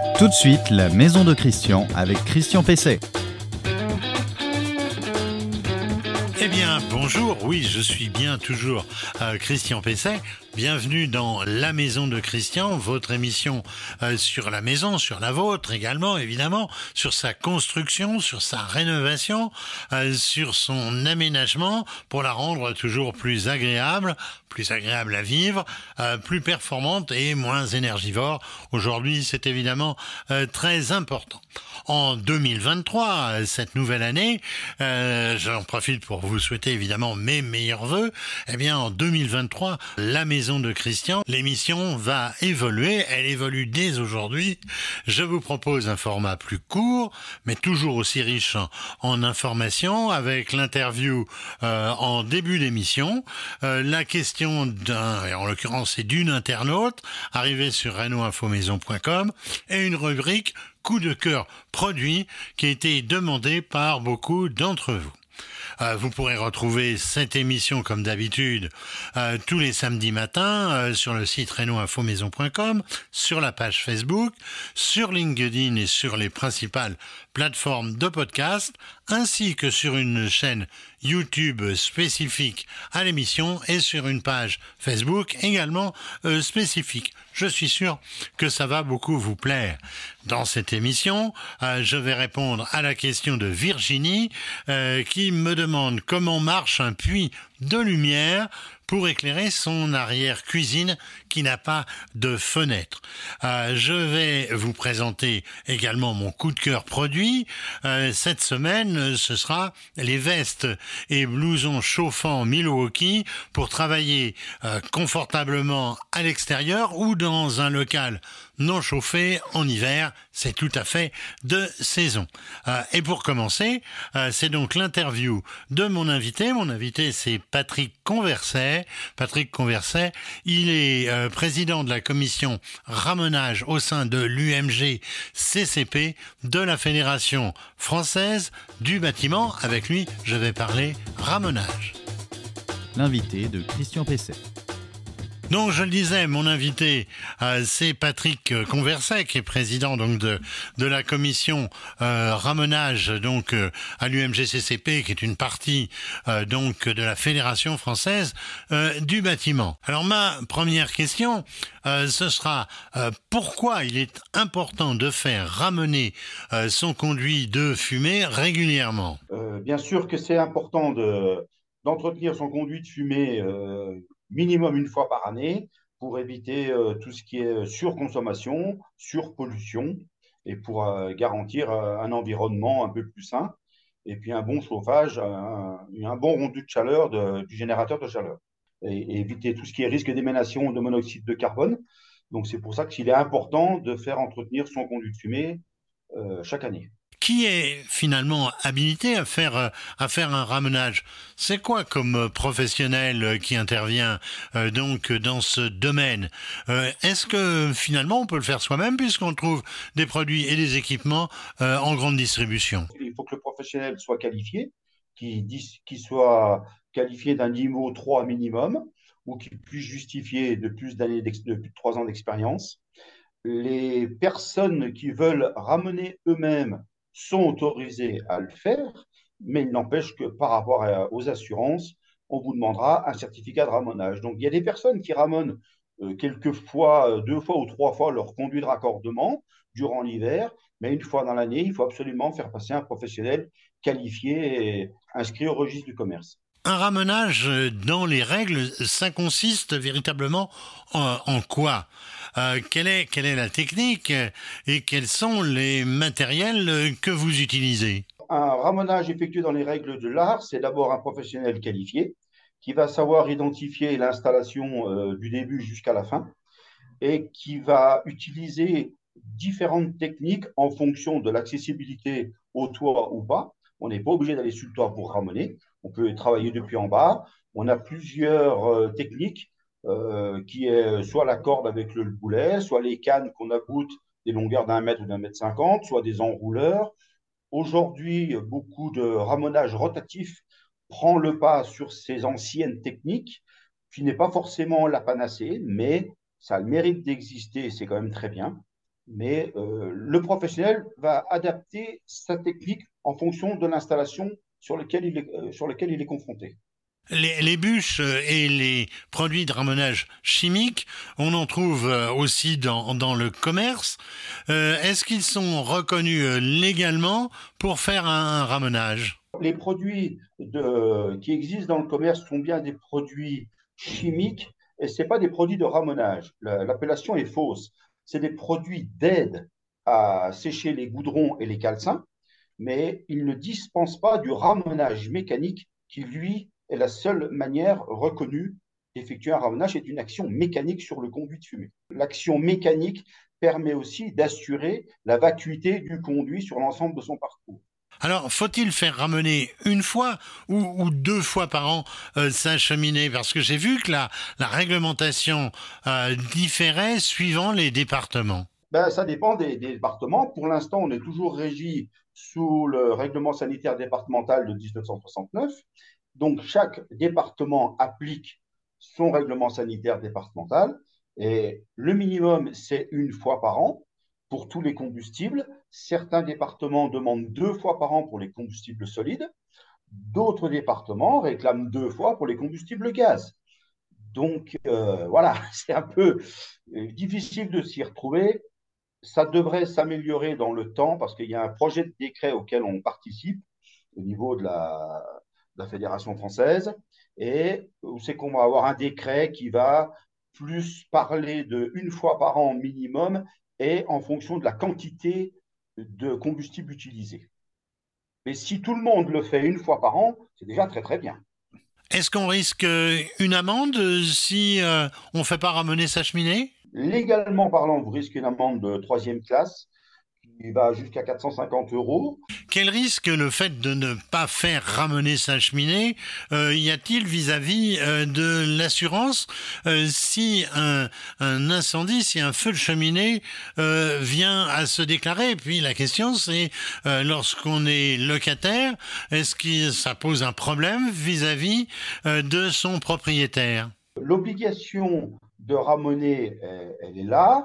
Tout de suite, la Maison de Christian avec Christian Pesset. Eh bien, bonjour, oui, je suis bien toujours Christian Pesset. Bienvenue dans La Maison de Christian, votre émission sur la maison, sur la vôtre également, évidemment, sur sa construction, sur sa rénovation, sur son aménagement pour la rendre toujours plus agréable à vivre, plus performante et moins énergivore. Aujourd'hui, c'est évidemment très important. En 2023, cette nouvelle année, j'en profite pour vous souhaiter évidemment mes meilleurs vœux. Eh bien, en 2023, La Maison de Christian, l'émission va évoluer. Elle évolue dès aujourd'hui. Je vous propose un format plus court, mais toujours aussi riche en informations, avec l'interview en début d'émission, la question d'un, et en l'occurrence c'est d'une internaute, arrivée sur reno-info-maison.com, et une rubrique coup de cœur produit qui a été demandé par beaucoup d'entre vous. Vous pourrez retrouver cette émission comme d'habitude tous les samedis matins sur le site reno-info-maison.com, sur la page Facebook, sur LinkedIn et sur les principales plateformes de podcast, ainsi que sur une chaîne YouTube spécifique à l'émission et sur une page Facebook également spécifique. Je suis sûr que ça va beaucoup vous plaire. Dans cette émission, je vais répondre à la question de Virginie qui me demande comment marche un puits de lumière pour éclairer son arrière-cuisine qui n'a pas de fenêtre. Je vais vous présenter également mon coup de cœur produit. Cette semaine, ce sera les vestes et blousons chauffants Milwaukee pour travailler confortablement à l'extérieur ou dans un local non chauffé en hiver. C'est tout à fait de saison. Et pour commencer, c'est donc l'interview de mon invité. Mon invité, c'est Patrick Converset. Patrick Converset, il est président de la commission ramonage au sein de l'UMG CCP de la Fédération française du bâtiment. Avec lui, je vais parler ramonage. L'invité de Christian Pesset. Donc, je le disais, mon invité, c'est Patrick Converset, qui est président donc de la commission ramonage donc à l'UMGCCP, qui est une partie donc de la Fédération française du bâtiment. Alors, ma première question, ce sera pourquoi il est important de faire ramener son conduit de fumée régulièrement. Bien sûr que c'est important d'entretenir son conduit de fumée minimum une fois par année pour éviter tout ce qui est surconsommation, surpollution et pour garantir un environnement un peu plus sain et puis un bon chauffage, un bon rendu de chaleur du générateur de chaleur et éviter tout ce qui est risque d'émanation de monoxyde de carbone. Donc c'est pour ça qu'il est important de faire entretenir son conduit de fumée chaque année. Qui est finalement habilité à faire un ramenage? C'est quoi comme professionnel qui intervient donc dans ce domaine? Est-ce que finalement on peut le faire soi-même puisqu'on trouve des produits et des équipements en grande distribution? Il faut que le professionnel soit qualifié, qu'il soit qualifié d'un niveau 3 minimum ou qu'il puisse justifier de plus de plus de 3 ans d'expérience. Les personnes qui veulent ramener eux-mêmes sont autorisés à le faire, mais il n'empêche que par rapport aux assurances, on vous demandera un certificat de ramonage. Donc, il y a des personnes qui ramonent quelques fois, 2 fois ou 3 fois leur conduit de raccordement durant l'hiver, mais une fois dans l'année, il faut absolument faire passer un professionnel qualifié et inscrit au registre du commerce. Un ramenage dans les règles, ça consiste véritablement en quoi? Quelle est la technique et quels sont les matériels que vous utilisez? Un ramonage effectué dans les règles de l'art, c'est d'abord un professionnel qualifié qui va savoir identifier l'installation du début jusqu'à la fin et qui va utiliser différentes techniques en fonction de l'accessibilité au toit ou pas. On n'est pas obligé d'aller sur le toit pour ramener. On peut travailler depuis en bas. On a plusieurs techniques qui est soit la corde avec le boulet, soit les cannes qu'on aboute des longueurs d'1 mètre ou d'1 m 50, soit des enrouleurs. Aujourd'hui, beaucoup de ramonage rotatif prend le pas sur ces anciennes techniques, qui n'est pas forcément la panacée, mais ça a le mérite d'exister, c'est quand même très bien. Mais le professionnel va adapter sa technique en fonction de l'installation sur laquelle il est confronté. Les bûches et les produits de ramonage chimique, on en trouve aussi dans le commerce. Est-ce qu'ils sont reconnus légalement pour faire un ramonage? Les produits qui existent dans le commerce sont bien des produits chimiques et ce n'est pas des produits de ramonage. L'appellation est fausse. C'est des produits d'aide à sécher les goudrons et les calcins, mais ils ne dispensent pas du ramonage mécanique qui, lui, est la seule manière reconnue d'effectuer un ramonage. C'est une action mécanique sur le conduit de fumée. L'action mécanique permet aussi d'assurer la vacuité du conduit sur l'ensemble de son parcours. Alors, faut-il faire ramener une fois ou deux fois par an sa cheminée? Parce que j'ai vu que la réglementation différait suivant les départements. Ça dépend des départements. Pour l'instant, on est toujours régi sous le règlement sanitaire départemental de 1969. Donc, chaque département applique son règlement sanitaire départemental. Et le minimum, c'est une fois par an pour tous les combustibles. Certains départements demandent 2 fois par an pour les combustibles solides. D'autres départements réclament 2 fois pour les combustibles gaz. Donc, voilà, c'est un peu difficile de s'y retrouver. Ça devrait s'améliorer dans le temps parce qu'il y a un projet de décret auquel on participe au niveau de la Fédération française. Et c'est qu'on va avoir un décret qui va plus parler de une fois par an minimum et en fonction de la quantité de combustible utilisé. Mais si tout le monde le fait une fois par an, c'est déjà très très bien. Est-ce qu'on risque une amende si on ne fait pas ramener sa cheminée? Légalement parlant, vous risquez une amende de 3e classe qui va jusqu'à 450 €. Quel risque le fait de ne pas faire ramener sa cheminée y a-t-il vis-à-vis de l'assurance si un incendie, si un feu de cheminée vient à se déclarer? Et puis la question c'est lorsqu'on est locataire, est-ce que ça pose un problème vis-à-vis de son propriétaire? L'obligation de ramener, elle est là.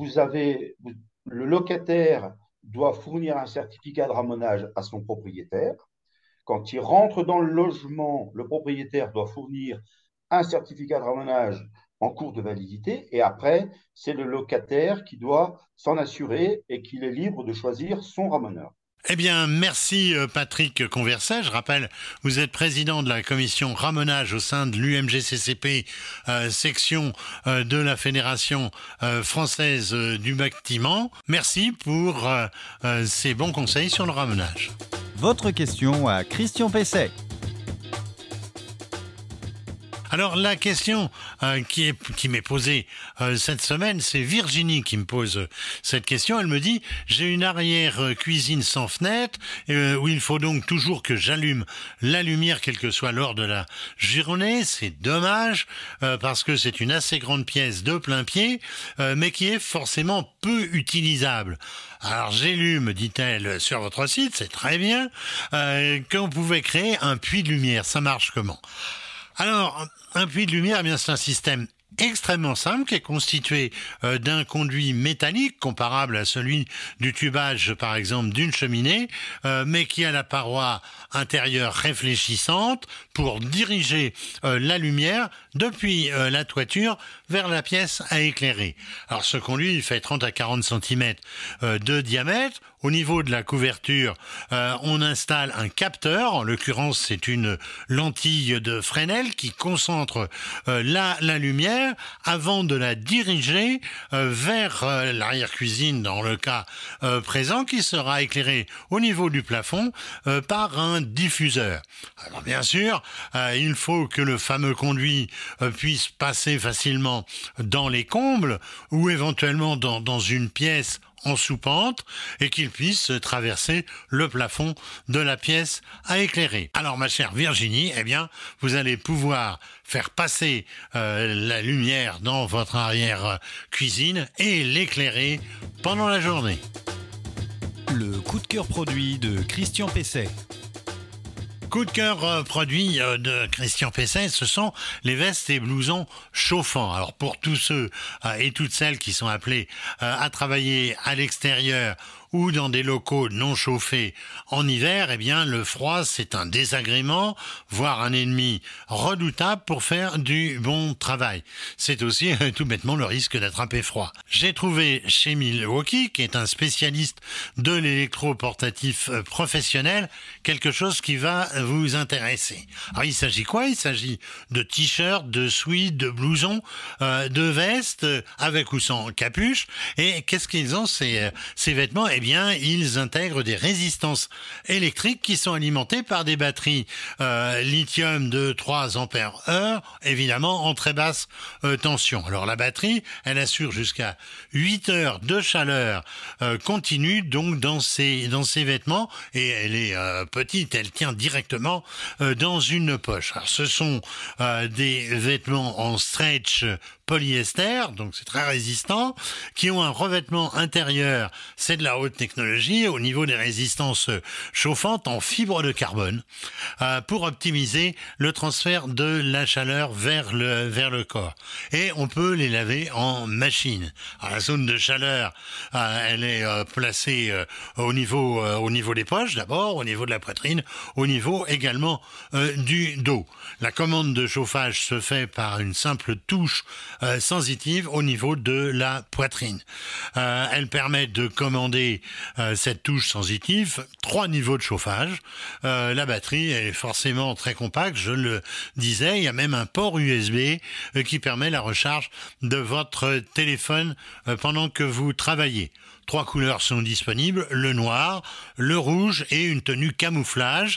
Le locataire doit fournir un certificat de ramonage à son propriétaire. Quand il rentre dans le logement, le propriétaire doit fournir un certificat de ramonage en cours de validité. Et après, c'est le locataire qui doit s'en assurer et qu'il est libre de choisir son ramoneur. Eh bien, merci Patrick Converset. Je rappelle, vous êtes président de la commission ramonage au sein de l'UMGCCP, section de la Fédération française du bâtiment. Merci pour ces bons conseils sur le ramonage. Votre question à Christian Pesset. Alors la question qui m'est posée cette semaine, c'est Virginie qui me pose cette question. Elle me dit, j'ai une arrière-cuisine sans fenêtre où il faut donc toujours que j'allume la lumière quelle que soit l'heure de la journée. C'est dommage parce que c'est une assez grande pièce de plein pied mais qui est forcément peu utilisable. Alors j'ai lu, me dit-elle, sur votre site, c'est très bien, qu'on pouvait créer un puits de lumière. Ça marche comment? Alors, un puits de lumière, eh bien, c'est un système extrêmement simple qui est constitué d'un conduit métallique comparable à celui du tubage par exemple d'une cheminée mais qui a la paroi intérieure réfléchissante pour diriger la lumière depuis la toiture vers la pièce à éclairer. Alors ce conduit il fait 30 à 40 cm de diamètre. Au niveau de la couverture, on installe un capteur, en l'occurrence c'est une lentille de Fresnel qui concentre la lumière avant de la diriger vers l'arrière-cuisine dans le cas présent qui sera éclairée au niveau du plafond par un diffuseur. Alors bien sûr, il faut que le fameux conduit puisse passer facilement dans les combles ou éventuellement dans une pièce en sous-pente et qu'il puisse traverser le plafond de la pièce à éclairer. Alors ma chère Virginie, eh bien, vous allez pouvoir faire passer la lumière dans votre arrière-cuisine et l'éclairer pendant la journée. Le coup de cœur produit de Christian Pesset. Coup de cœur produit de Christian Pesset, ce sont les vestes et blousons chauffants. Alors pour tous ceux et toutes celles qui sont appelés à travailler à l'extérieur ou dans des locaux non chauffés en hiver, eh bien le froid c'est un désagrément, voire un ennemi redoutable pour faire du bon travail. C'est aussi tout bêtement le risque d'attraper froid. J'ai trouvé chez Milwaukee, qui est un spécialiste de l'électroportatif professionnel, quelque chose qui va vous intéresser. Alors il s'agit quoi ? Il s'agit de t-shirts, de sweats, de blousons, de vestes, avec ou sans capuche. Et qu'est-ce qu'ils ont ces vêtements ? Eh bien, ils intègrent des résistances électriques qui sont alimentées par des batteries lithium de 3 ampères-heure, évidemment en très basse tension. Alors la batterie, elle assure jusqu'à 8 heures de chaleur continue donc dans ces vêtements, et elle est petite, elle tient directement dans une poche. Alors ce sont des vêtements en stretch polyester, donc c'est très résistant, qui ont un revêtement intérieur, c'est de la haute technologie, au niveau des résistances chauffantes en fibre de carbone, pour optimiser le transfert de la chaleur vers le corps. Et on peut les laver en machine. Alors, la zone de chaleur, elle est placée au niveau des poches d'abord, au niveau de la poitrine, au niveau également du dos. La commande de chauffage se fait par une simple touche sensitive au niveau de la poitrine. Elle permet de commander cette touche sensitive 3 niveaux de chauffage. La batterie est forcément très compacte, je le disais. Il y a même un port USB qui permet la recharge de votre téléphone pendant que vous travaillez. 3 couleurs sont disponibles, le noir, le rouge et une tenue camouflage.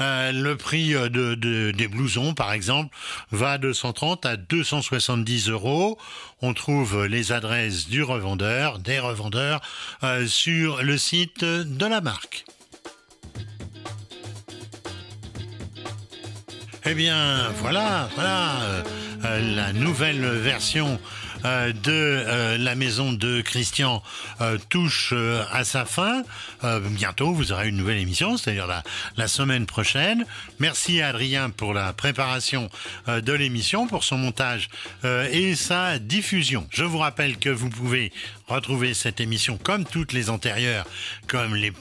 Le prix des blousons, par exemple, va de 130 à 270 €. On trouve les adresses des revendeurs sur le site de la marque. Eh bien, voilà, la nouvelle version de la maison de Christian touche à sa fin. Bientôt, vous aurez une nouvelle émission, c'est-à-dire la semaine prochaine. Merci à Adrien pour la préparation de l'émission, pour son montage et sa diffusion. Je vous rappelle que vous pouvez retrouver cette émission comme toutes les antérieures, comme les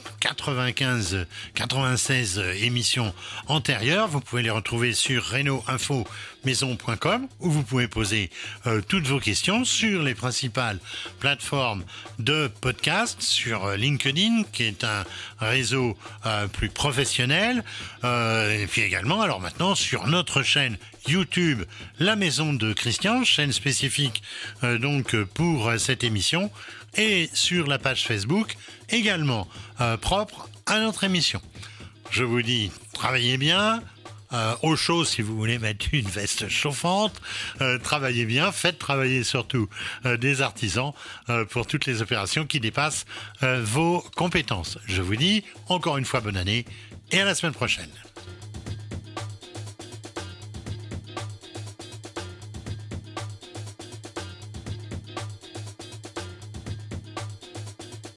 96 émissions antérieures. Vous pouvez les retrouver sur reno-info-maison.com, où vous pouvez poser toutes vos questions sur les principales plateformes de podcast, sur LinkedIn, qui est un réseau plus professionnel, et puis également, alors maintenant, sur notre chaîne YouTube, La Maison de Christian, chaîne spécifique donc pour cette émission, et sur la page Facebook, également propre à notre émission. Je vous dis, travaillez bien, au chaud si vous voulez mettre une veste chauffante, travaillez bien, faites travailler surtout des artisans pour toutes les opérations qui dépassent vos compétences. Je vous dis encore une fois bonne année et à la semaine prochaine.